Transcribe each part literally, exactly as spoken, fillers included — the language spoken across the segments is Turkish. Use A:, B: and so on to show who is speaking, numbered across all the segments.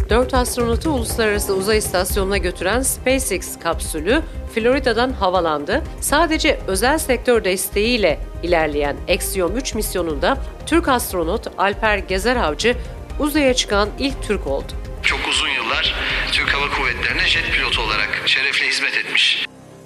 A: Dört astronotu Uluslararası Uzay İstasyonu'na götüren SpaceX kapsülü Florida'dan havalandı. Sadece özel sektör desteğiyle ilerleyen Axiom üç misyonunda Türk astronot Alper Gezer-Avcı uzaya çıkan ilk Türk oldu.
B: Çok uzun yıllar Türk Hava Kuvvetleri'ne jet pilotu olarak şerefle hizmet etmiş.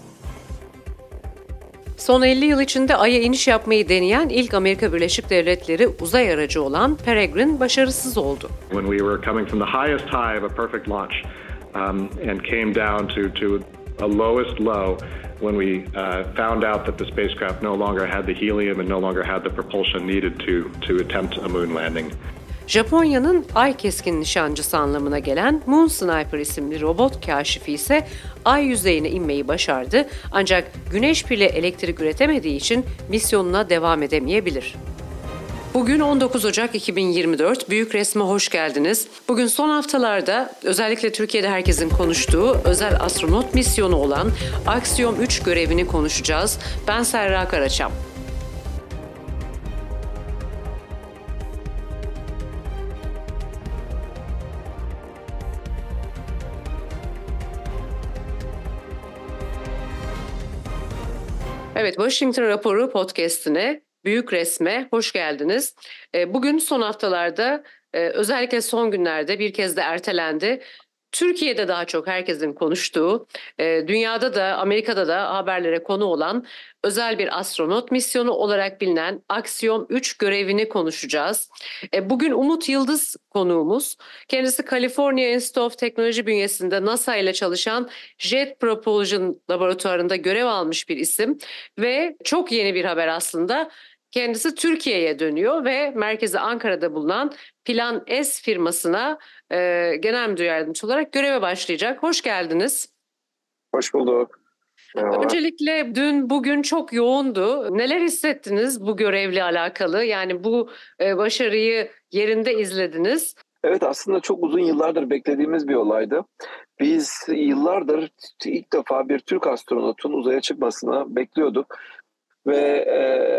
A: Son elli yıl içinde Ay'a iniş yapmayı deneyen ilk Amerika Birleşik Devletleri uzay aracı olan Peregrine başarısız oldu.
C: When we were coming from the highest high of a perfect launch um, and came down to to a lowest low when we uh, found out that the spacecraft no longer had the helium and no longer had the propulsion needed to to attempt a moon landing.
A: Japonya'nın Ay keskin nişancısı anlamına gelen Moon Sniper isimli robot kaşifi ise Ay yüzeyine inmeyi başardı, ancak güneş pili elektrik üretemediği için misyonuna devam edemeyebilir. Bugün on dokuz Ocak iki bin yirmi dört, Büyük Resme hoş geldiniz. Bugün son haftalarda özellikle Türkiye'de herkesin konuştuğu özel astronot misyonu olan Axiom üç görevini konuşacağız. Ben Serra Karaçam. Evet, Washington Raporu podcast'ine, Büyük Resme hoş geldiniz. Bugün son haftalarda, özellikle son günlerde bir kez de ertelendi. Türkiye'de daha çok herkesin konuştuğu, dünyada da Amerika'da da haberlere konu olan özel bir astronot misyonu olarak bilinen Axiom üç görevini konuşacağız. Bugün Umut Yıldız konuğumuz. Kendisi California Institute of Technology bünyesinde NASA ile çalışan Jet Propulsion laboratuvarında görev almış bir isim ve çok yeni bir haber aslında. Kendisi Türkiye'ye dönüyor ve merkezi Ankara'da bulunan Plan S firmasına e, genel müdür yardımcısı olarak göreve başlayacak. Hoş geldiniz.
D: Hoş bulduk.
A: Merhaba. Öncelikle dün bugün çok yoğundu. Neler hissettiniz bu görevle alakalı? Yani bu e, başarıyı yerinde izlediniz.
D: Evet, aslında çok uzun yıllardır beklediğimiz bir olaydı. Biz yıllardır ilk defa bir Türk astronotun uzaya çıkmasını bekliyorduk. Ve e,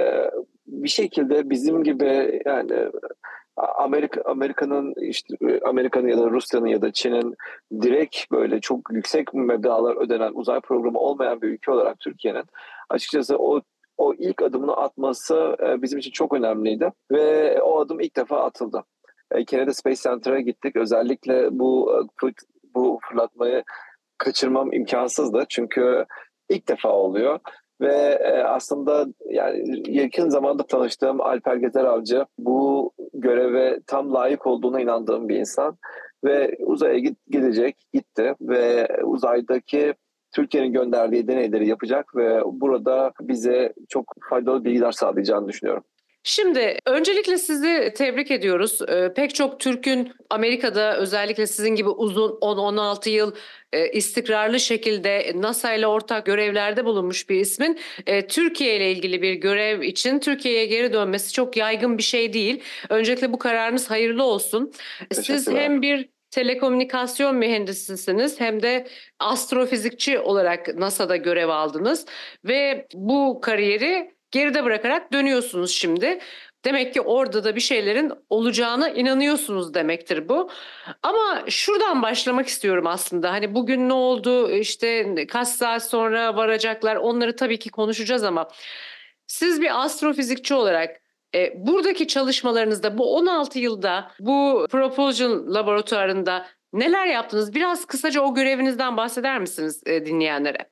D: bir şekilde bizim gibi yani Amerika Amerika'nın işte Amerika'nın ya da Rusya'nın ya da Çin'in direkt böyle çok yüksek meblağlar ödenen uzay programı olmayan bir ülke olarak Türkiye'nin açıkçası o o ilk adımını atması e, bizim için çok önemliydi ve o adım ilk defa atıldı. E, Kennedy Space Center'a gittik. Özellikle bu bu fırlatmayı kaçırmam imkansızdı çünkü ilk defa oluyor. Ve e, aslında yani yakın zamanda tanıştığım Alper Gezer-Avcı bu göreve tam layık olduğuna inandığım bir insan ve uzaya gidecek, gitti ve uzaydaki Türkiye'nin gönderdiği deneyleri yapacak ve burada bize çok faydalı bilgiler sağlayacağını düşünüyorum.
A: Şimdi öncelikle sizi tebrik ediyoruz. Ee, pek çok Türk'ün Amerika'da özellikle sizin gibi uzun on on altı yıl e, istikrarlı şekilde NASA ile ortak görevlerde bulunmuş bir ismin e, Türkiye ile ilgili bir görev için Türkiye'ye geri dönmesi çok yaygın bir şey değil. Öncelikle bu kararınız hayırlı olsun. Siz hem bir telekomünikasyon mühendisisiniz hem de astrofizikçi olarak NASA'da görev aldınız ve bu kariyeri geride bırakarak dönüyorsunuz şimdi. Demek ki orada da bir şeylerin olacağına inanıyorsunuz demektir bu. Ama şuradan başlamak istiyorum aslında. Hani bugün ne oldu, işte kaç saat sonra varacaklar, onları tabii ki konuşacağız ama siz bir astrofizikçi olarak e, buradaki çalışmalarınızda bu on altı yılda bu Propulsion laboratuvarında neler yaptınız? Biraz kısaca o görevinizden bahseder misiniz e, dinleyenlere?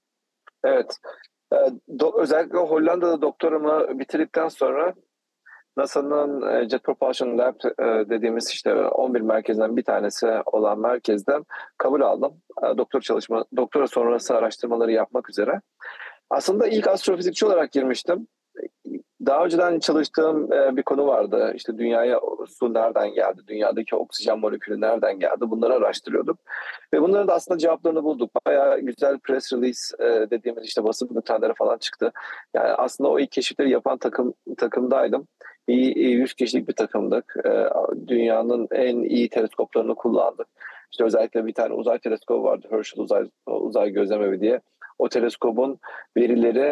D: Evet. Do- özellikle Hollanda'da doktoramı bitirdikten sonra NASA'nın Jet Propulsion Lab dediğimiz işte on bir merkezden bir tanesi olan merkezden kabul aldım. Doktor çalışma, doktora sonrası araştırmaları yapmak üzere. Aslında ilk astrofizikçi olarak girmiştim. Daha önceden çalıştığım bir konu vardı. İşte dünyaya su nereden geldi? Dünyadaki oksijen molekülü nereden geldi? Bunları araştırıyorduk. Ve bunların da aslında cevaplarını bulduk. Bayağı güzel press release dediğimiz işte basın bültenleri falan çıktı. Yani aslında o ilk keşifleri yapan takım takımdaydım. Bir yüz kişilik bir takımdık. Dünyanın en iyi teleskoplarını kullandık. İşte özellikle bir tane uzay teleskobu vardı. Herschel Uzay, Uzay Gözlemevi diye. O teleskobun verileri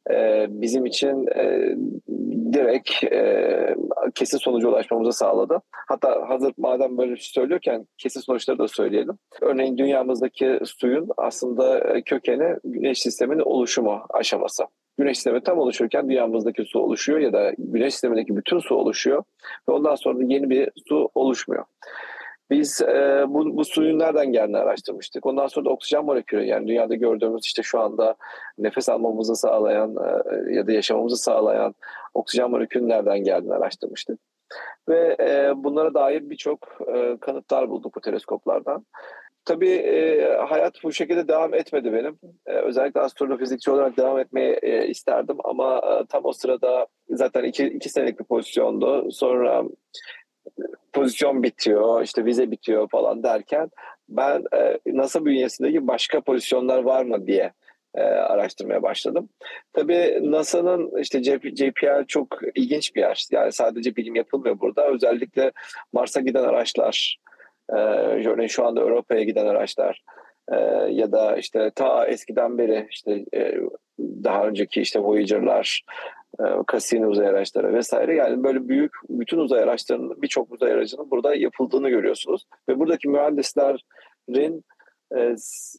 D: e, bizim için e, direkt e, kesin sonuca ulaşmamızı sağladı. Hatta hazır madem böyle bir şey söylüyorken kesin sonuçları da söyleyelim. Örneğin dünyamızdaki suyun aslında kökeni güneş sisteminin oluşumu aşaması. Güneş sistemi tam oluşurken dünyamızdaki su oluşuyor ya da güneş sistemindeki bütün su oluşuyor ve ondan sonra da yeni bir su oluşmuyor. Biz e, bu, bu suyun nereden geldiğini araştırmıştık. Ondan sonra da oksijen molekülü, yani dünyada gördüğümüz işte şu anda nefes almamızı sağlayan e, ya da yaşamamızı sağlayan oksijen molekülü nereden geldiğini araştırmıştık. Ve e, bunlara dair birçok e, kanıtlar bulduk bu teleskoplardan. Tabii e, hayat bu şekilde devam etmedi benim. E, özellikle astrofizikçi olarak devam etmeyi e, isterdim ama e, tam o sırada zaten iki, iki senelik bir pozisyondu. Sonra pozisyon bitiyor, işte vize bitiyor falan derken ben e, NASA bünyesindeki başka pozisyonlar var mı diye e, araştırmaya başladım. Tabii NASA'nın işte J P L çok ilginç bir yer. Yani sadece bilim yapılmıyor burada. Özellikle Mars'a giden araçlar, e, örneğin şu anda Avrupa'ya giden araçlar e, ya da işte ta eskiden beri işte e, daha önceki işte Voyager'lar, Cassini uzay araçları vesaire, yani böyle büyük bütün uzay araçlarının, birçok uzay aracının burada yapıldığını görüyorsunuz. Ve buradaki mühendislerin e,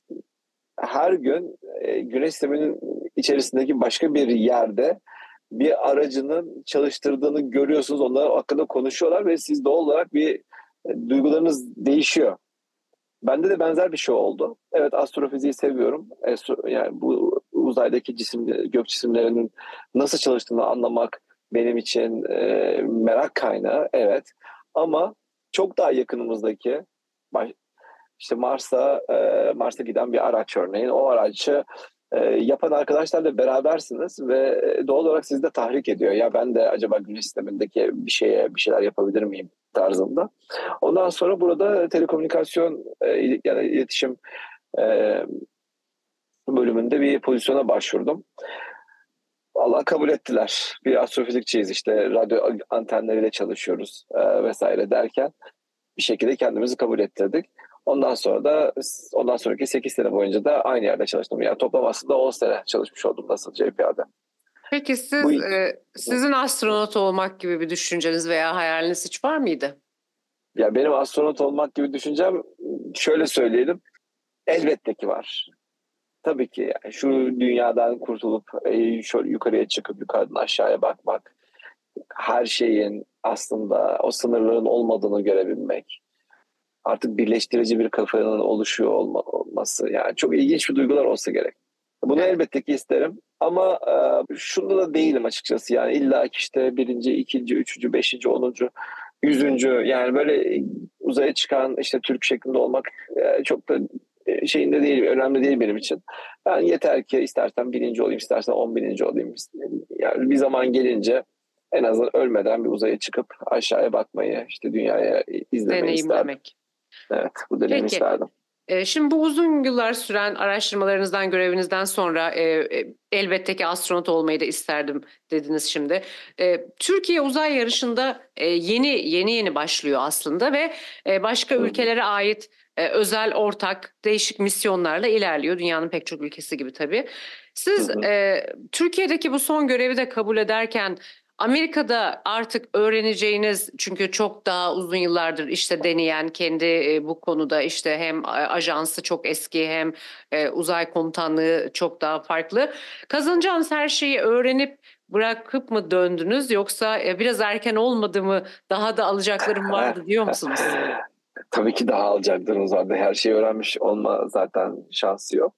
D: her gün e, Güneş sisteminin içerisindeki başka bir yerde bir aracının çalıştırdığını görüyorsunuz. Onlar hakkında konuşuyorlar ve siz doğal olarak bir e, duygularınız değişiyor. Bende de benzer bir şey oldu. Evet, astrofiziği seviyorum. Yani bu uzaydaki cisim, gök cisimlerinin nasıl çalıştığını anlamak benim için e, merak kaynağı. Evet. Ama çok daha yakınımızdaki işte Mars'a e, Mars'a giden bir araç örneğin. O aracı e, yapan arkadaşlarla berabersiniz ve doğal olarak sizi de tahrik ediyor. Ya ben de acaba Güneş sistemindeki bir şeye bir şeyler yapabilir miyim tarzında. Ondan sonra burada telekomünikasyon e, yani iletişim e, bölümünde bir pozisyona başvurdum. Allah kabul ettiler. Bir astrofizikçiyiz, işte radyo antenleriyle çalışıyoruz e, vesaire derken bir şekilde kendimizi kabul ettirdik. Ondan sonra da ondan sonraki sekiz sene boyunca da aynı yerde çalıştım. Yani toplam aslında on sene çalışmış oldum NASA J P L'de.
A: Peki siz
D: Bu,
A: e, sizin astronot olmak gibi bir düşünceniz veya hayaliniz hiç var mıydı?
D: Ya benim astronot olmak gibi düşüncem, şöyle söyleyelim, elbette ki var. Tabii ki yani şu dünyadan kurtulup e, şöyle yukarıya çıkıp yukarıdan aşağıya bakmak, her şeyin aslında o sınırların olmadığını görebilmek, artık birleştirici bir kafanın oluşuyor olma, olması, yani çok ilginç bir duygular olsa gerek. Bunu
A: Evet.
D: elbette ki isterim ama e, şunda da değilim açıkçası, yani illa ki işte birinci, ikinci, üçüncü, beşinci, onuncu, yüzüncü, yani böyle uzaya çıkan işte Türk şeklinde olmak e, çok da e, şeyinde değil, önemli değil benim için. Ben yeter ki istersen birinci olayım, istersen on bininci olayım. Yani bir zaman gelince en azından ölmeden bir uzaya çıkıp aşağıya bakmayı, işte dünyaya izlemeyi isterdim.
A: Deneyimlemek.
D: Evet, bu deneyimi
A: Peki.
D: isterdim.
A: E, Şimdi bu uzun yıllar süren araştırmalarınızdan, görevinizden sonra e, e, elbette ki astronot olmayı da isterdim dediniz şimdi. E, Türkiye uzay yarışında e, yeni yeni yeni başlıyor aslında ve e, başka ülkelere ait e, özel, ortak, değişik misyonlarla ilerliyor. Dünyanın pek çok ülkesi gibi tabii. Siz
D: Hı hı.
A: e, Türkiye'deki bu son görevi de kabul ederken Amerika'da artık öğreneceğiniz, çünkü çok daha uzun yıllardır işte deneyen, kendi e, bu konuda işte hem ajansı çok eski hem e, uzay komutanlığı çok daha farklı. Kazanacağınız her şeyi öğrenip bırakıp mı döndünüz, yoksa e, biraz erken olmadı mı, daha da alacaklarım vardı diyor musunuz?
D: Tabii ki daha alacaklarımız vardı. Her şeyi öğrenmiş olma zaten şansı yok.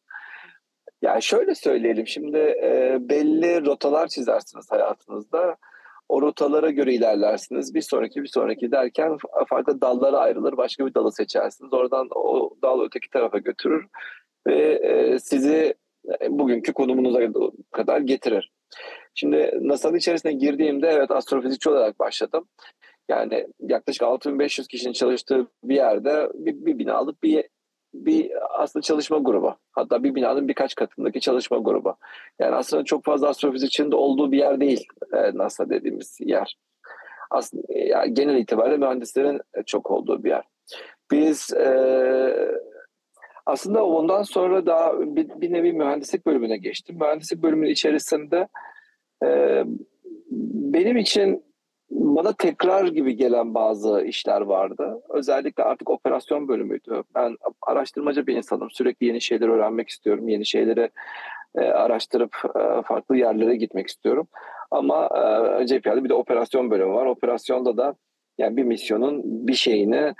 D: Yani şöyle söyleyelim, şimdi e, belli rotalar çizersiniz hayatınızda. O rotalara göre ilerlersiniz. Bir sonraki bir sonraki derken farklı dallara ayrılır. Başka bir dalı seçersiniz. Oradan o dal öteki tarafa götürür ve e, sizi bugünkü konumunuza kadar getirir. Şimdi NASA'nın içerisine girdiğimde evet astrofizikçi olarak başladım. Yani yaklaşık altı bin beş yüz kişinin çalıştığı bir yerde bir, bir binalık bir bir aslında çalışma grubu. Hatta bir binanın birkaç katındaki çalışma grubu. Yani aslında çok fazla astrofizikçinin de olduğu bir yer değil e, NASA dediğimiz yer. Aslında yani genel itibariyle mühendislerin çok olduğu bir yer. Biz e, Aslında ondan sonra daha bir, bir nevi mühendislik bölümüne geçtim. Mühendislik bölümünün içerisinde e, benim için bana tekrar gibi gelen bazı işler vardı. Özellikle artık operasyon bölümüydü. Ben araştırmacı bir insanım. Sürekli yeni şeyler öğrenmek istiyorum. Yeni şeyleri e, araştırıp e, farklı yerlere gitmek istiyorum. Ama e, C P R'de bir de operasyon bölümü var. Operasyonda da yani bir misyonun bir şeyinin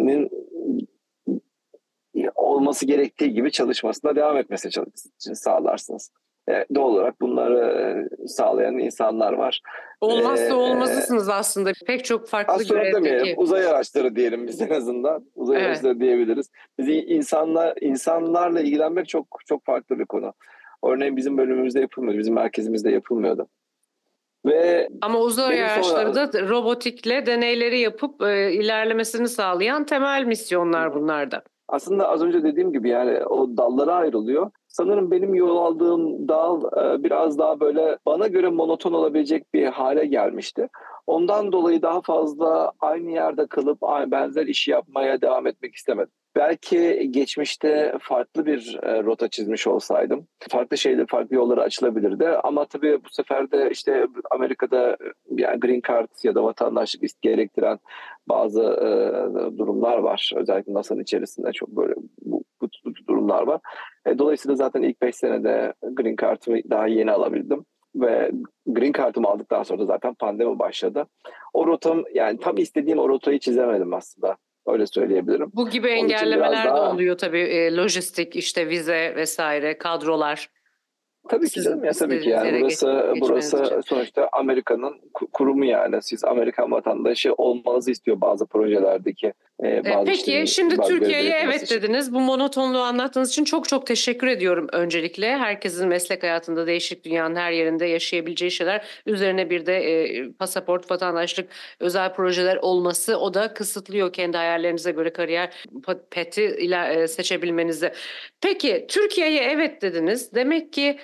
D: olması gerektiği gibi çalışmasına devam etmesini sağlarsınız. E, doğal olarak bunları e, sağlayan insanlar var.
A: Olmazsa
D: Ee,
A: olmazısınız aslında. Pek çok farklı
D: Astronot demeyelim,
A: görevdeki.
D: uzay araçları diyelim biz en azından. Uzay
A: Evet.
D: araçları diyebiliriz. Biz insanlar, insanlarla ilgilenmek çok çok farklı bir konu. Örneğin bizim bölümümüzde yapılmıyordu, bizim merkezimizde yapılmıyordu. Ve
A: Ama uzay
D: benim
A: araçları
D: sonra
A: da robotikle deneyleri yapıp e, ilerlemesini sağlayan temel misyonlar bunlar da.
D: aslında az önce dediğim gibi yani o dallara ayrılıyor. Sanırım benim yol aldığım dal e, biraz daha böyle bana göre monoton olabilecek bir hale gelmişti. Ondan dolayı daha fazla aynı yerde kalıp aynı benzer işi yapmaya devam etmek istemedim. Belki geçmişte farklı bir e, rota çizmiş olsaydım, farklı şeyler, farklı yollara açılabilirdi. Ama tabii bu sefer de işte Amerika'da yani green card ya da vatandaşlık gerektiren bazı e, durumlar var. Özellikle NASA'nın içerisinde çok böyle bu, bu, bu durumlar var. E, dolayısıyla zaten ilk beş senede green card'ımı daha yeni alabildim. Ve green card'ımı aldıktan sonra da zaten pandemi başladı. O rotam yani tam istediğim o rotayı çizemedim aslında. Öyle söyleyebilirim.
A: Bu gibi
D: Onun için biraz
A: engellemeler de
D: daha
A: oluyor tabii. E, lojistik, işte vize vesaire, kadrolar.
D: tabii ki
A: Sizin
D: canım ya tabii ki
A: istediğiniz
D: yani
A: yere geç-
D: burası
A: geçmeniz için.
D: burası sonuçta Amerika'nın ku- kurumu yani siz Amerikan vatandaşı olmanızı istiyor bazı projelerdeki e,
A: E,
D: bazı
A: Peki
D: işlerin
A: şimdi
D: bazı
A: Türkiye'ye
D: görevlerin yapılması
A: evet
D: için.
A: dediniz. Bu monotonluğu anlattığınız için çok çok teşekkür ediyorum öncelikle. Herkesin meslek hayatında değişik dünyanın her yerinde yaşayabileceği şeyler. Üzerine bir de e, pasaport, vatandaşlık, özel projeler olması o da kısıtlıyor kendi hayallerinize göre kariyer peti ile e, seçebilmenizi. Peki Türkiye'ye evet dediniz. Demek ki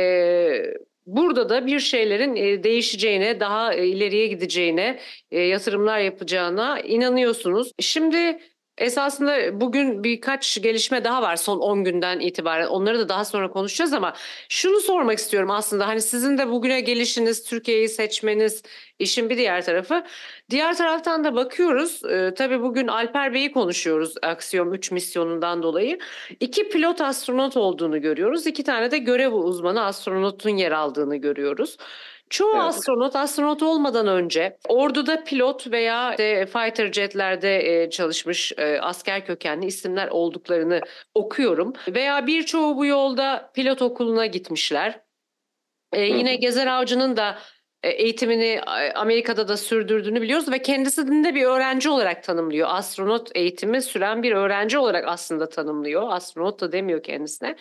A: e, burada da bir şeylerin e, değişeceğine, daha e, ileriye gideceğine, e, yatırımlar yapacağına inanıyorsunuz. Şimdi esasında bugün birkaç gelişme daha var son on günden itibaren. Onları da daha sonra konuşacağız ama şunu sormak istiyorum aslında. Hani sizin de bugüne gelişiniz, Türkiye'yi seçmeniz işin bir diğer tarafı. Diğer taraftan da bakıyoruz. E, tabii bugün Alper Bey'i konuşuyoruz Aksiyon üç misyonundan dolayı. İki pilot astronot olduğunu görüyoruz. İki tane de görev uzmanı astronotun yer aldığını görüyoruz. Çoğu
D: Evet.
A: astronot astronot olmadan önce orduda pilot veya işte fighter jetlerde e, çalışmış e, asker kökenli isimler olduklarını okuyorum. Veya birçoğu bu yolda pilot okuluna gitmişler. E, yine Gezer Avcı'nın da e, eğitimini e, Amerika'da da sürdürdüğünü biliyoruz ve kendisini de bir öğrenci olarak tanımlıyor. Astronot eğitimi süren bir öğrenci olarak aslında tanımlıyor. Astronot da demiyor kendisine.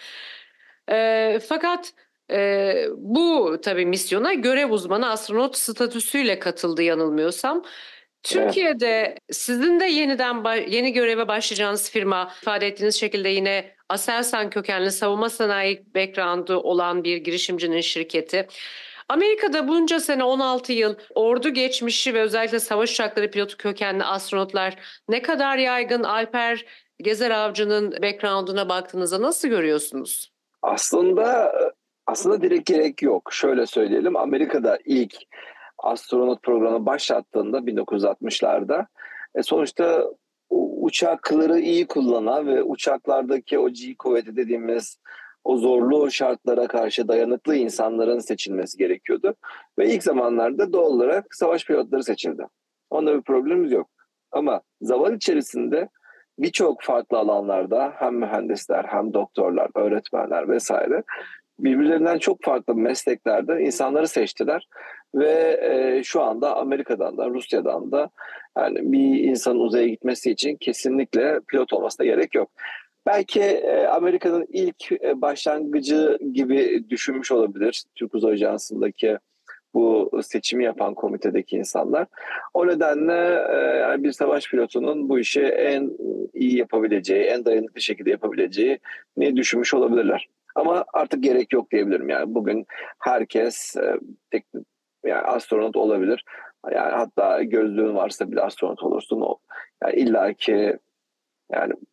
A: E, fakat e, bu tabii misyona görev uzmanı astronot statüsüyle katıldı yanılmıyorsam.
D: Evet.
A: Türkiye'de sizin de yeniden ba- yeni göreve başlayacağınız firma ifade ettiğiniz şekilde yine Aselsan kökenli savunma sanayi background'u olan bir girişimcinin şirketi. Amerika'da bunca sene on altı yıl ordu geçmişi ve özellikle savaş uçakları pilotu kökenli astronotlar ne kadar yaygın? Alper Gezer Avcı'nın background'una baktığınızda nasıl görüyorsunuz?
D: Aslında aslında direkt gerek yok. Şöyle söyleyelim. Amerika'da ilk astronot programı başlattığında bin dokuz yüz altmışlarda e, sonuçta uçakları iyi kullanan ve uçaklardaki o G kuvveti dediğimiz o zorlu şartlara karşı dayanıklı insanların seçilmesi gerekiyordu. Ve ilk zamanlarda doğal olarak savaş pilotları seçildi. Onda bir problemimiz yok. Ama zaman içerisinde birçok farklı alanlarda hem mühendisler hem doktorlar, öğretmenler vesaire birbirlerinden çok farklı mesleklerde insanları seçtiler ve e, şu anda Amerika'dan da Rusya'dan da yani bir insanın uzaya gitmesi için kesinlikle pilot olmasına gerek yok. Belki e, Amerika'nın ilk e, başlangıcı gibi düşünmüş olabilir Türk Uzay Ajansı'ndaki bu seçimi yapan komitedeki insanlar. O nedenle e, yani bir savaş pilotunun bu işi en iyi yapabileceği, en dayanıklı şekilde yapabileceği ne düşünmüş olabilirler. Ama artık gerek yok diyebilirim. Yani bugün herkes e, tek, yani astronot olabilir. Yani hatta gözlüğün varsa bile astronot olursun. O yani illaki yani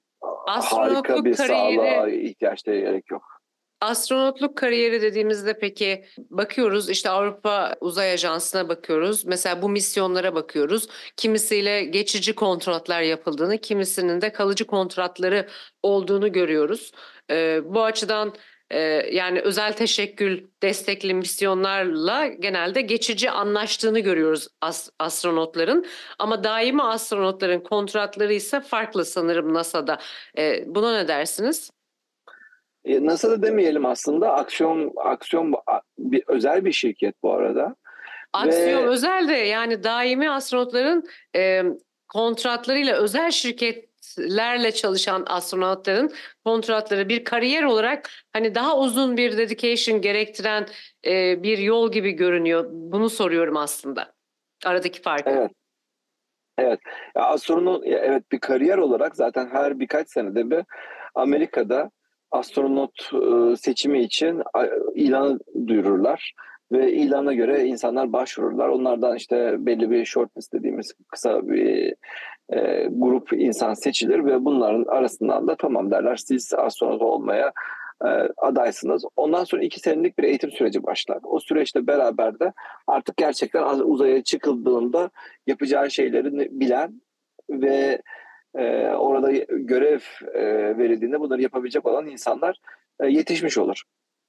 D: harika bir sağlığa ihtiyaçları gerek yok.
A: Astronotluk kariyeri dediğimizde peki bakıyoruz işte Avrupa Uzay Ajansı'na bakıyoruz. Mesela bu misyonlara bakıyoruz. Kimisiyle geçici kontratlar yapıldığını, kimisinin de kalıcı kontratları olduğunu görüyoruz. Ee, bu açıdan e, yani özel teşekkül destekli misyonlarla genelde geçici anlaştığını görüyoruz as- astronotların. Ama daimi astronotların kontratları ise farklı sanırım NASA'da. Ee, buna ne dersiniz?
D: NASA'da demeyelim aslında. Aksiyon aksiyon bir özel bir şirket bu arada.
A: Aksiyon
D: Ve
A: özel de yani daimi astronotların e, kontratlarıyla özel şirketlerle çalışan astronotların kontratları bir kariyer olarak hani daha uzun bir dedication gerektiren e, bir yol gibi görünüyor. Bunu soruyorum aslında. Aradaki farkı.
D: evet. Evet. Ya astronot ya evet bir kariyer olarak zaten her birkaç senede bir Amerika'da astronot e, seçimi için a- ilan duyururlar ve ilana göre insanlar başvururlar. Onlardan işte belli bir shortlist dediğimiz kısa bir e, grup insan seçilir ve bunların arasından da tamam derler siz astronot olmaya e, adaysınız. Ondan sonra iki senelik bir eğitim süreci başlar. O süreçte beraber de artık gerçekten uzaya çıkıldığında yapacağı şeyleri bilen ve e, orada görev e, verildiğinde bunları yapabilecek olan insanlar e, yetişmiş olur.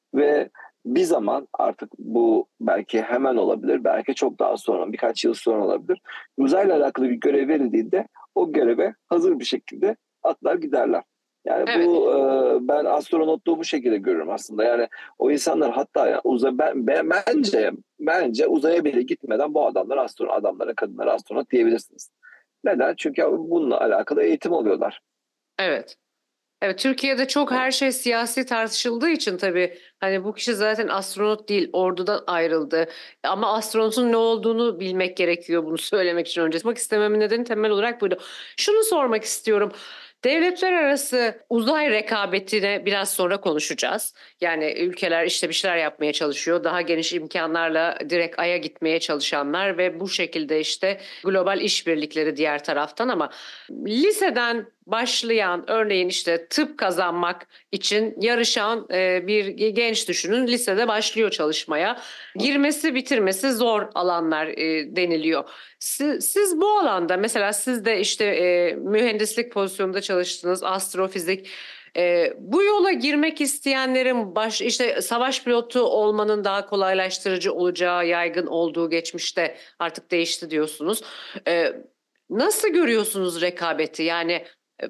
D: Ve bir zaman artık bu belki hemen olabilir, belki çok daha sonra, birkaç yıl sonra olabilir. Uzayla alakalı bir görev verildiğinde o göreve hazır bir şekilde atlar giderler. Yani
A: Evet.
D: bu e, ben astronotluğu bu şekilde görüyorum aslında. Yani o insanlar hatta ya uzay ben, ben bence bence uzaya bile gitmeden bu adamlar astronot, adamlara, kadınlara astronot diyebilirsiniz. Neden? Çünkü bununla alakalı eğitim alıyorlar.
A: Evet. Evet, Türkiye'de çok her şey siyasi tartışıldığı için tabii hani bu kişi zaten astronot değil, ordudan ayrıldı. Ama astronotun ne olduğunu bilmek gerekiyor bunu söylemek için önce. Sormak istememin nedeni temel olarak buydu. Şunu sormak istiyorum. Devletler arası uzay rekabetine biraz sonra konuşacağız. Yani ülkeler işte bir şeyler yapmaya çalışıyor. Daha geniş imkanlarla direkt Ay'a gitmeye çalışanlar ve bu şekilde işte global işbirlikleri diğer taraftan ama liseden başlayan örneğin işte tıp kazanmak için yarışan e, bir genç düşünün lisede başlıyor çalışmaya. Girmesi bitirmesi zor alanlar e, deniliyor. Siz, siz bu alanda mesela siz de işte e, mühendislik pozisyonunda çalıştınız, astrofizik. E, bu yola girmek isteyenlerin baş, işte savaş pilotu olmanın daha kolaylaştırıcı olacağı yaygın olduğu geçmişte artık değişti diyorsunuz. E, nasıl görüyorsunuz rekabeti? Yani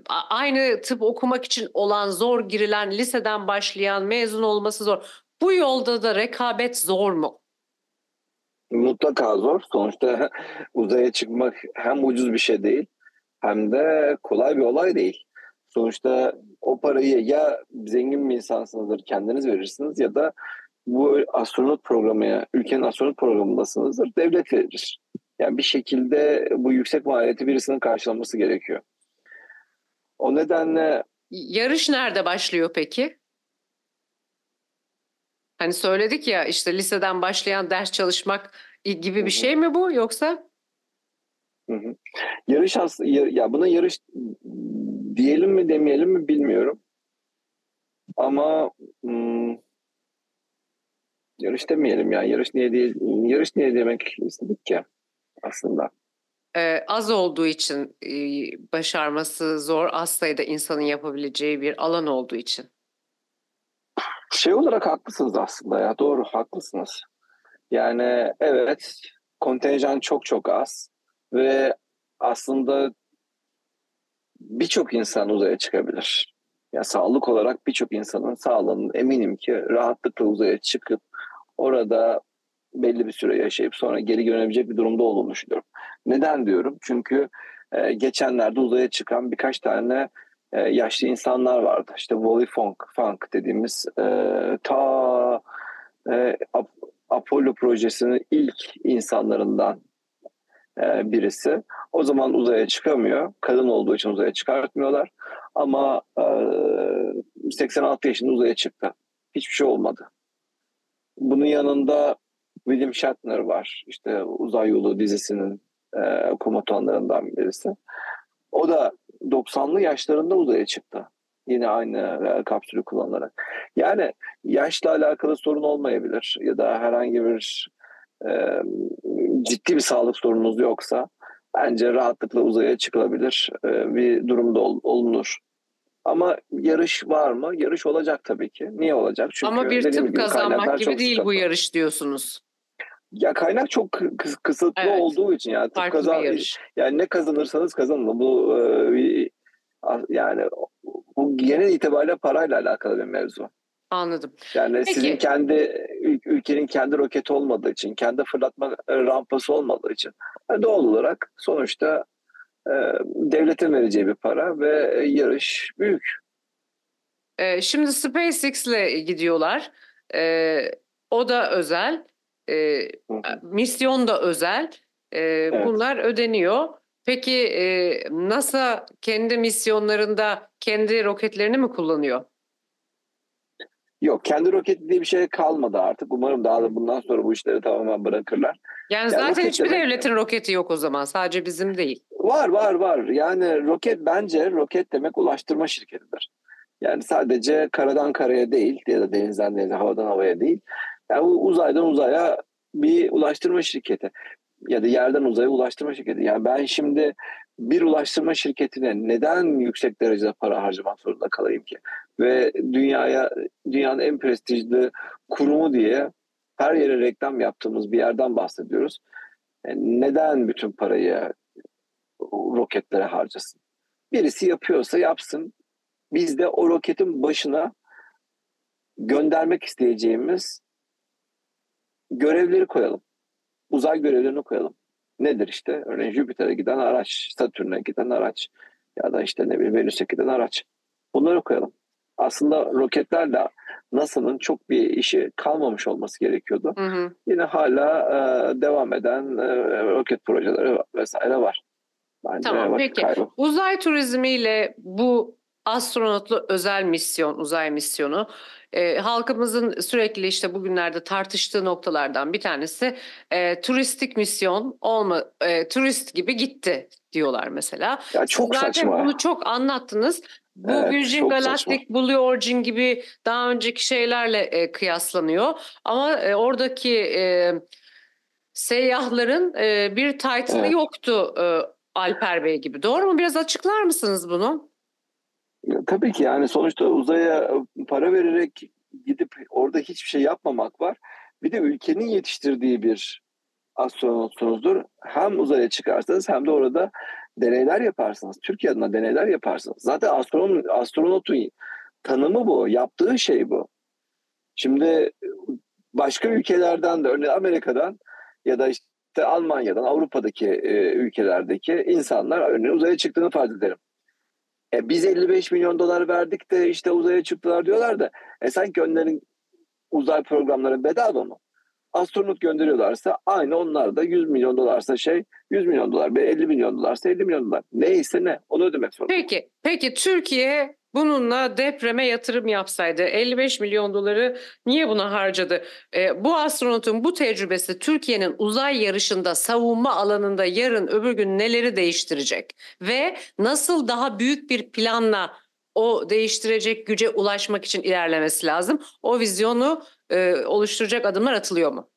A: aynı tıp okumak için olan zor girilen liseden başlayan mezun olması zor. Bu yolda da rekabet zor mu?
D: Mutlaka zor. Sonuçta uzaya çıkmak hem ucuz bir şey değil hem de kolay bir olay değil. Sonuçta o parayı ya zengin bir insansınızdır kendiniz verirsiniz ya da bu astronot programı, ülkenin astronot programındasınızdır devlet verir. Yani bir şekilde bu yüksek maliyeti birisinin karşılaması gerekiyor. O nedenle
A: Yarış nerede başlıyor peki? Hani söyledik ya işte liseden başlayan ders çalışmak gibi bir şey mi bu yoksa?
D: Hı hı. Yarış as ya buna yarış diyelim mi demeyelim mi bilmiyorum. Ama hmm, yarış demeyelim ya. Yarış niye değil? Yarış niye demek istedik ki aslında?
A: Ee, az olduğu için e, başarması zor, az sayıda insanın yapabileceği bir alan olduğu için.
D: Şey olarak haklısınız aslında ya. Doğru haklısınız. Yani evet kontenjan çok çok az ve aslında birçok insan uzaya çıkabilir. Ya sağlık olarak birçok insanın sağlığının eminim ki rahatlıkla uzaya çıkıp orada belli bir süre yaşayıp sonra geri dönebilecek bir durumda olduğunu düşünüyorum. Neden diyorum? Çünkü e, geçenlerde uzaya çıkan birkaç tane e, yaşlı insanlar vardı. İşte Wally Funk, Funk dediğimiz e, ta e, Apollo projesinin ilk insanlarından e, birisi. O zaman uzaya çıkamıyor. Kadın olduğu için uzaya çıkartmıyorlar. Ama e, seksen altı yaşında uzaya çıktı. Hiçbir şey olmadı. Bunun yanında William Shatner var. İşte Uzay Yolu dizisinin e, komutanlarından birisi. O da doksanlı yaşlarında uzaya çıktı. Yine aynı e, kapsülü kullanarak. Yani yaşla alakalı sorun olmayabilir ya da herhangi bir e, ciddi bir sağlık sorununuz yoksa bence rahatlıkla uzaya çıkılabilir e, bir durumda ol, olunur. Ama yarış var mı? Yarış olacak tabii ki. Niye olacak?
A: Ama
D: Çünkü
A: bir
D: dediğim
A: tıp
D: gibi
A: kazanmak
D: kaynaklar
A: gibi
D: çok
A: değil bu
D: sıkıntı.
A: yarış diyorsunuz.
D: Ya kaynak çok kı- kısıtlı
A: Evet,
D: olduğu için yani tıp
A: farklı bir
D: kazan
A: yarış.
D: yani ne kazanırsanız kazanın. Bu e, bir- yani bu genel itibariyle parayla alakalı bir mevzu.
A: Anladım.
D: Yani sizin
A: Peki,
D: kendi ül- ülkenin kendi roketi olmadığı için, kendi fırlatma e, rampası olmadığı için e, doğal olarak sonuçta e, devletin vereceği bir para ve yarış büyük.
A: e, şimdi SpaceX ile gidiyorlar. E, O da özel. E,
D: Hı hı.
A: Misyon da özel. E,
D: Evet.
A: bunlar ödeniyor. Peki e, NASA kendi misyonlarında kendi roketlerini mi kullanıyor?
D: Yok, kendi roketi diye bir şey kalmadı artık. Umarım daha da bundan sonra bu işleri tamamen bırakırlar.
A: Yani
D: Yani
A: zaten
D: roket
A: hiçbir
D: demek
A: devletin roketi yok o zaman. Sadece bizim değil.
D: var var var. Yani roket bence roket demek ulaştırma şirketidir. Yani sadece karadan karaya değil ya da denizden denize, havadan havaya değil. Yani bu uzaydan uzaya bir ulaştırma şirketi ya da yerden uzaya ulaştırma şirketi. Yani ben şimdi bir ulaştırma şirketine neden yüksek derecede para harcamak zorunda kalayım ki? Ve dünyaya dünyanın en prestijli kurumu diye her yere reklam yaptığımız bir yerden bahsediyoruz. Yani neden bütün parayı roketlere harcasın? Birisi yapıyorsa yapsın. Biz de o roketin başına göndermek isteyeceğimiz görevleri koyalım. Uzay görevlerini koyalım. Nedir işte? Örneğin Jüpiter'e giden araç, Satürn'e giden araç ya da işte ne bileyim Venüs'e giden araç. Bunları koyalım. Aslında roketlerle NASA'nın çok bir işi kalmamış olması gerekiyordu.
A: Hı hı.
D: Yine hala e, devam eden e, roket projeleri vesaire var. Bence
A: Tamam,
D: vakit
A: peki.
D: kaybı.
A: Uzay turizmiyle bu astronotlu özel misyon, uzay misyonu e, halkımızın sürekli işte bugünlerde tartıştığı noktalardan bir tanesi e, turistik misyon olma, e, turist gibi gitti diyorlar mesela.
D: Ya
A: Siz
D: çok
A: zaten bunu
D: saçma.
A: çok anlattınız. Bu
D: Evet,
A: Virgin
D: çok saçma.
A: Galactic, Blue Origin gibi daha önceki şeylerle e, kıyaslanıyor. Ama e, oradaki e, seyyahların e, bir title'ı
D: Evet.
A: yoktu e, Alper Bey gibi. Doğru mu? Biraz açıklar mısınız bunu?
D: Ya, tabii ki yani sonuçta uzaya para vererek gidip orada hiçbir şey yapmamak var. Bir de ülkenin yetiştirdiği bir astronotsunuzdur. Hem uzaya çıkarsınız hem de orada deneyler yaparsınız. Türkiye adına deneyler yaparsınız. Zaten astronot, astronotun tanımı bu. Yaptığı şey bu. Şimdi başka ülkelerden de örneğin Amerika'dan ya da işte Almanya'dan, Avrupa'daki e, ülkelerdeki insanlar örneğin uzaya çıktığını farz edelim. E, biz elli beş milyon dolar verdik de işte uzaya çıktılar diyorlar da e, sanki onların uzay programları bedava mı? Astronot gönderiyorlarsa aynı onlar da yüz milyon dolarsa şey yüz milyon dolar, elli milyon dolarsa elli milyon dolar. Neyse ne onu ödemek zorunda.
A: Peki, peki Türkiye bununla depreme yatırım yapsaydı elli beş milyon doları niye buna harcadı? E, bu astronotun bu tecrübesi Türkiye'nin uzay yarışında savunma alanında yarın öbür gün neleri değiştirecek? Ve nasıl daha büyük bir planla o değiştirecek güce ulaşmak için ilerlemesi lazım? O vizyonu e, oluşturacak adımlar atılıyor mu?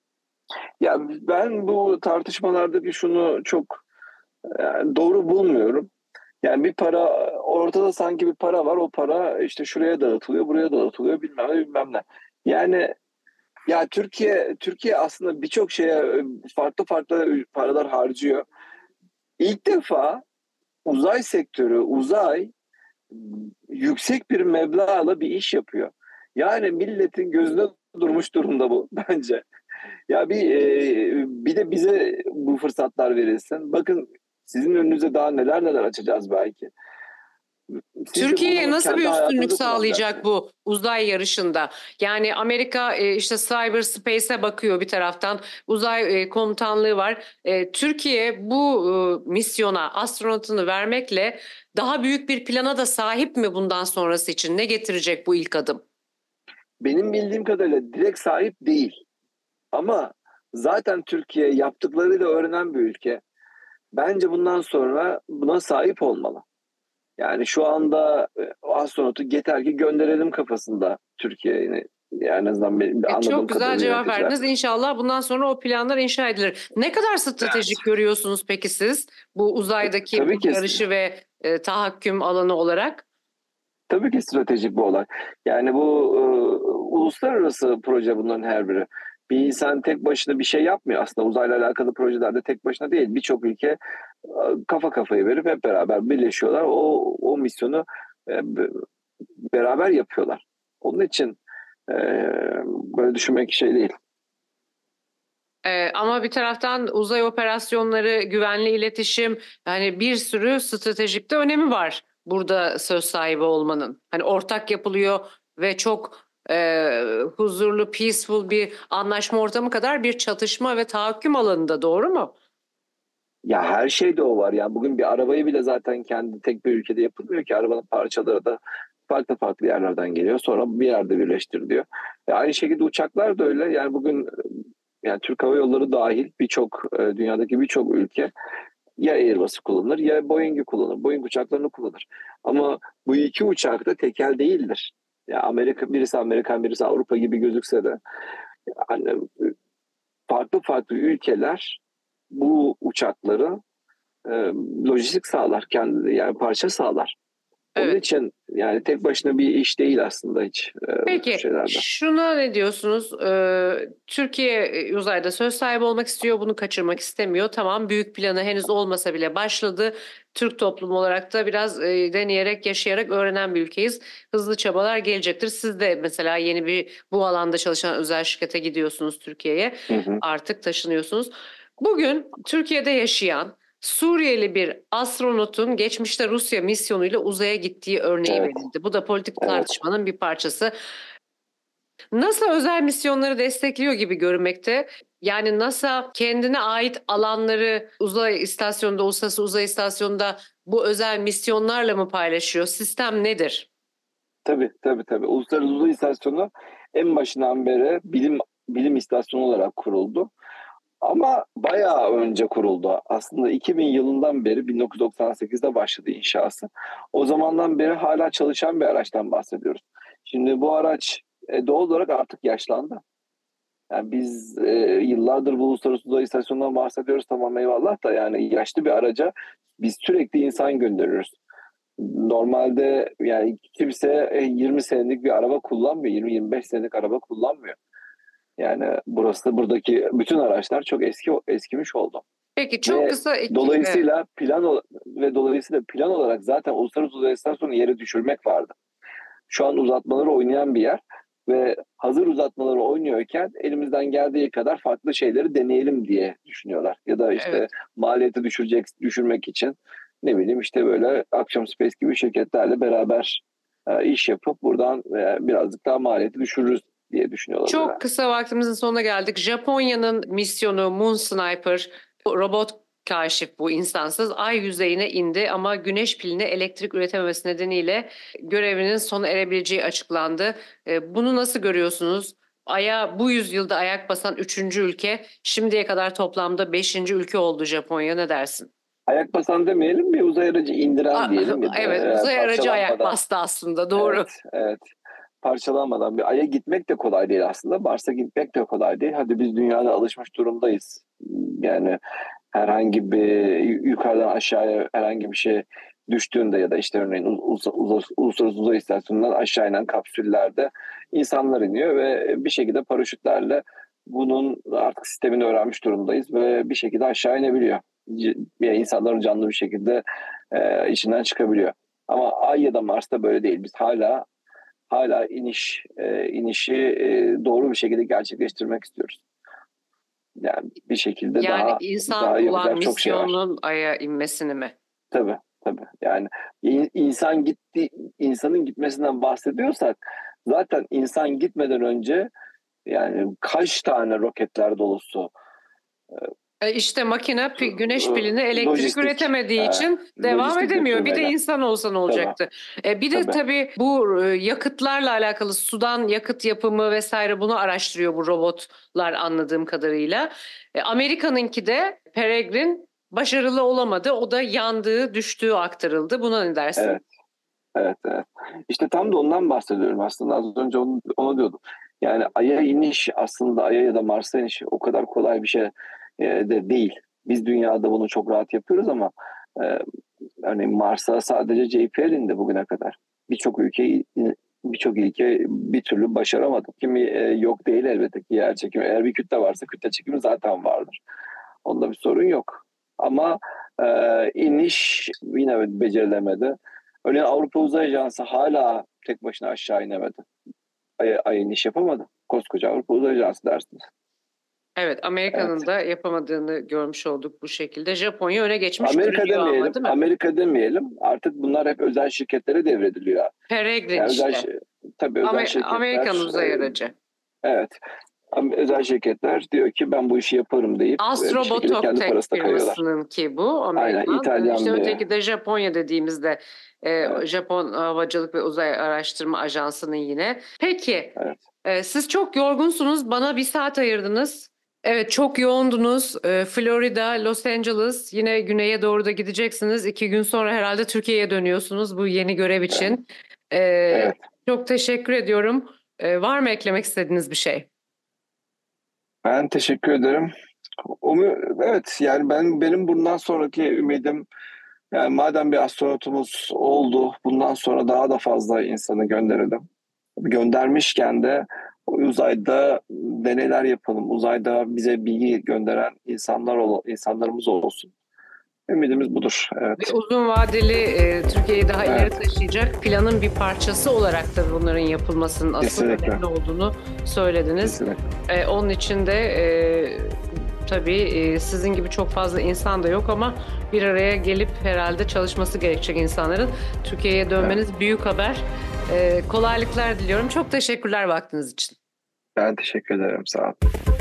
D: Ya ben bu tartışmalardaki şunu çok e, doğru bulmuyorum. Yani bir para ortada sanki bir para var o para işte şuraya dağıtılıyor buraya dağıtılıyor bilmem ne bilmem ne. Yani ya Türkiye Türkiye aslında birçok şeye e, farklı farklı paralar harcıyor. İlk defa uzay sektörü, uzay yüksek bir meblağla bir iş yapıyor. Yani milletin gözüne durmuş durumda bu bence. Ya bir e, bir de bize bu fırsatlar verilsin. Bakın sizin önünüze daha neler neler açacağız belki. Siz de
A: Türkiye'ye
D: bunu
A: nasıl bir
D: kendi
A: üstünlük
D: hayatınızda
A: sağlayacak
D: kullanacaksınız.
A: bu uzay yarışında? Yani Amerika e, işte cyberspace'e bakıyor bir taraftan. Uzay e, komutanlığı var. E, Türkiye bu e, misyona astronotunu vermekle daha büyük bir plana da sahip mi bundan sonrası için? Ne getirecek bu ilk adım?
D: Benim bildiğim kadarıyla direkt sahip değil. Ama zaten Türkiye yaptıklarıyla öğrenen bir ülke. Bence bundan sonra buna sahip olmalı. Yani şu anda e, astronotu yeter ki gönderelim kafasında Türkiye'ye. Yani en azından benim
A: E,
D: anladığım
A: çok güzel
D: kadarıyla
A: cevap
D: yöneticiler.
A: verdiniz. İnşallah bundan sonra o planlar inşa edilir. Ne kadar stratejik görüyorsunuz peki siz bu uzaydaki
D: Tabii
A: bu
D: ki
A: yarışı ve e, tahakküm alanı olarak?
D: tabii ki stratejik bir olay. Yani bu e, uluslararası proje bunların her biri. Bir insan tek başına bir şey yapmıyor aslında. Uzayla alakalı projelerde tek başına değil. Birçok ülke e, kafa kafayı verip hep beraber birleşiyorlar. O, o misyonu e, beraber yapıyorlar. Onun için e, böyle düşünmek şey değil.
A: Ee, ama bir taraftan uzay operasyonları, güvenli iletişim, yani bir sürü stratejik de önemi var burada söz sahibi olmanın. Hani ortak yapılıyor ve çok e, huzurlu, peaceful bir anlaşma ortamı kadar bir çatışma ve tahakküm alanında, doğru mu?
D: Ya her şeyde o var. Yani bugün bir arabayı bile zaten kendi tek bir ülkede yapılmıyor ki. Arabanın parçaları da farklı farklı yerlerden geliyor. Sonra bir yerde birleştiriliyor. E aynı şekilde uçaklar da öyle. Yani bugün yani Türk Hava Yolları dahil birçok e, dünyadaki birçok ülke ya Airbus'u kullanır ya Boeing'i kullanır. Boeing uçaklarını kullanır. Ama bu iki uçak da tekel değildir. Ya Amerika birisi Amerikan birisi Avrupa gibi gözükse de hani farklı farklı ülkeler bu uçakları e, lojistik sağlar, kendi yani parça sağlar. Onun
A: Evet.
D: için yani tek başına bir iş değil aslında hiç e, bu tür
A: Peki
D: şeylerde.
A: şuna ne diyorsunuz? Ee, Türkiye e, uzayda söz sahibi olmak istiyor, bunu kaçırmak istemiyor. Tamam, büyük planı henüz olmasa bile başladı. Türk toplumu olarak da biraz e, deneyerek, yaşayarak öğrenen bir ülkeyiz. Hızlı çabalar gelecektir. Siz de mesela yeni bir bu alanda çalışan özel şirkete gidiyorsunuz Türkiye'ye.
D: Hı hı.
A: Artık taşınıyorsunuz. Bugün Türkiye'de yaşayan Suriyeli bir astronotun geçmişte Rusya misyonuyla uzaya gittiği örneği
D: Evet.
A: verildi. Bu da politik
D: Evet.
A: tartışmanın bir parçası. NASA özel misyonları destekliyor gibi görünmekte. Yani NASA kendine ait alanları uzay istasyonunda, uluslararası uzay istasyonunda bu özel misyonlarla mı paylaşıyor? Sistem nedir?
D: Tabii tabii tabii. Uluslararası Uzay İstasyonu en başından beri bilim bilim istasyonu olarak kuruldu. Ama bayağı önce kuruldu. Aslında iki bin yılından beri bin dokuz yüz doksan sekizde başladı inşası. O zamandan beri hala çalışan bir araçtan bahsediyoruz. Şimdi bu araç e, doğal olarak artık yaşlandı. Yani biz e, yıllardır bu Uluslararası Uzay İstasyonu'ndan bahsediyoruz, tamam eyvallah da yani yaşlı bir araca biz sürekli insan gönderiyoruz. Normalde yani kimse e, yirmi senelik bir araba kullanmıyor. yirmi yirmi beş senelik araba kullanmıyor. Yani burası buradaki bütün araçlar çok eski eskimiş oldu.
A: Peki çok
D: Ve
A: kısa iki...
D: dolayısıyla plan ve dolayısıyla plan olarak zaten Uluslararası Uzay İstasyonu yere düşürmek vardı. Şu an uzatmaları oynayan bir yer ve hazır uzatmaları oynuyorken elimizden geldiği kadar farklı şeyleri deneyelim diye düşünüyorlar. Ya da işte
A: Evet.
D: maliyeti düşürecek düşürmek için ne bileyim işte böyle Axiom Space gibi şirketlerle beraber e, iş yapıp buradan e, birazcık daha maliyeti düşürürüz diye düşünüyorlar.
A: Çok
D: Yani.
A: kısa vaktimizin sonuna geldik. Japonya'nın misyonu Moon Sniper, robot kaşif bu insansız ay yüzeyine indi ama güneş piline elektrik üretememesi nedeniyle görevinin sona erebileceği açıklandı. E, Bunu nasıl görüyorsunuz? Ay'a bu yüzyılda ayak basan üçüncü ülke, şimdiye kadar toplamda beşinci ülke oldu Japonya. Ne dersin?
D: Ayak basan demeyelim, bir uzay aracı indiren
A: Aa,
D: diyelim ya da
A: evet,
D: e,
A: uzay aracı ayak
D: parçalanmadan.
A: bastı aslında, doğru.
D: Evet, evet. Parçalanmadan bir Ay'a gitmek de kolay değil aslında. Mars'a gitmek de kolay değil. Hadi biz dünyada alışmış durumdayız. Yani herhangi bir yukarıdan aşağıya herhangi bir şey düştüğünde ya da işte örneğin Ulus- Ulus- Uluslararası Uzay İstasyonu'ndan aşağı inen kapsüllerde insanlar iniyor ve bir şekilde paraşütlerle bunun artık sistemini öğrenmiş durumdayız ve bir şekilde aşağı inebiliyor. Yani insanların canlı bir şekilde e, içinden çıkabiliyor. Ama Ay ya da Mars'ta böyle değil. Biz hala hala iniş e, inişi e, doğru bir şekilde gerçekleştirmek istiyoruz. Yani bir şekilde
A: Yani
D: daha
A: insan
D: daha
A: olan
D: yapacak çok şey var.
A: misyonun Ay'a inmesini mi?
D: Tabii tabii. Yani in- insan gitti insanın gitmesinden bahsediyorsak zaten insan gitmeden önce yani kaç tane roketler dolusu
A: E İşte makine pi- güneş pilini elektrik
D: lojistik
A: üretemediği
D: e,
A: için devam
D: lojistik
A: edemiyor. Bir de
D: götürmeler.
A: insan olsa ne
D: Tabii
A: olacaktı? E bir de
D: tabii.
A: tabii bu e, yakıtlarla alakalı sudan yakıt yapımı vesaire bunu araştırıyor bu robotlar anladığım kadarıyla. E, Amerika'nınki de Peregrine başarılı olamadı. O da yandığı, düştüğü aktarıldı. Buna ne dersin?
D: Evet. Evet, evet. İşte tam da ondan bahsediyorum aslında. Az önce onu, onu diyordum. Yani Ay'a iniş aslında Ay'a ya da Mars'a iniş o kadar kolay bir şey e, de değil. Biz dünyada bunu çok rahat yapıyoruz ama e, örneğin Mars'a sadece J P L indi bugüne kadar. Birçok ülke birçok ülke bir türlü başaramadı. Kimi e, yok değil elbette ki yer çekimi. Eğer bir kütle varsa kütle çekimi zaten vardır. Onda bir sorun yok. Ama e, iniş yine becerilemedi. Örneğin Avrupa Uzay Ajansı hala tek başına aşağı inemedi. Ay, ay iniş yapamadı. Koskoca Avrupa Uzay Ajansı dersiniz.
A: Evet, Amerika'nın
D: Evet.
A: da yapamadığını görmüş olduk bu şekilde. Japonya öne geçmiş
D: Amerika
A: görünüyor
D: demeyelim,
A: ama değil mi?
D: Amerika demeyelim. Artık bunlar hep özel şirketlere devrediliyor.
A: Peregrine
D: Yani özel,
A: işte.
D: tabii özel
A: Amer-
D: şirketler.
A: Amerikan uzay
D: e,
A: aracı.
D: Evet. Özel şirketler diyor ki ben bu işi yaparım deyip e, bir şekilde
A: Astrobotok
D: kendi
A: Tek
D: parasına kayıyorlar.
A: firmasının ki bu Amerikan.
D: Aynen, İtalyan
A: işte
D: bir-
A: öteki de Japonya dediğimizde e,
D: Evet.
A: Japon Havacılık ve Uzay Araştırma Ajansı'nın yine. Peki
D: Evet.
A: e, siz çok yorgunsunuz. Bana bir saat ayırdınız. Evet, çok yoğundunuz. E, Florida, Los Angeles, yine güneye doğru da gideceksiniz. İki gün sonra herhalde Türkiye'ye dönüyorsunuz bu yeni görev için. E,
D: Evet.
A: Çok teşekkür ediyorum. E, var mı eklemek istediğiniz bir şey?
D: Ben teşekkür ederim. Umu- Evet, yani ben benim bundan sonraki ümidim, yani madem bir astronotumuz oldu, bundan sonra daha da fazla insanı gönderelim. Göndermişken de uzayda deneyler yapalım. Uzayda bize bilgi gönderen insanlar ol, insanlarımız olsun. Ümidimiz budur. Evet.
A: Ve uzun vadeli e, Türkiye'yi daha ileri
D: Evet.
A: taşıyacak planın bir parçası olarak da bunların yapılmasının asıl
D: Kesinlikle.
A: önemli olduğunu söylediniz.
D: Kesinlikle.
A: E, onun için de e, tabii e, sizin gibi çok fazla insan da yok ama bir araya gelip herhalde çalışması gerekecek insanların. Türkiye'ye dönmeniz büyük haber. E, kolaylıklar diliyorum. Çok teşekkürler vaktiniz için.
D: Ben teşekkür ederim. Sağ olun.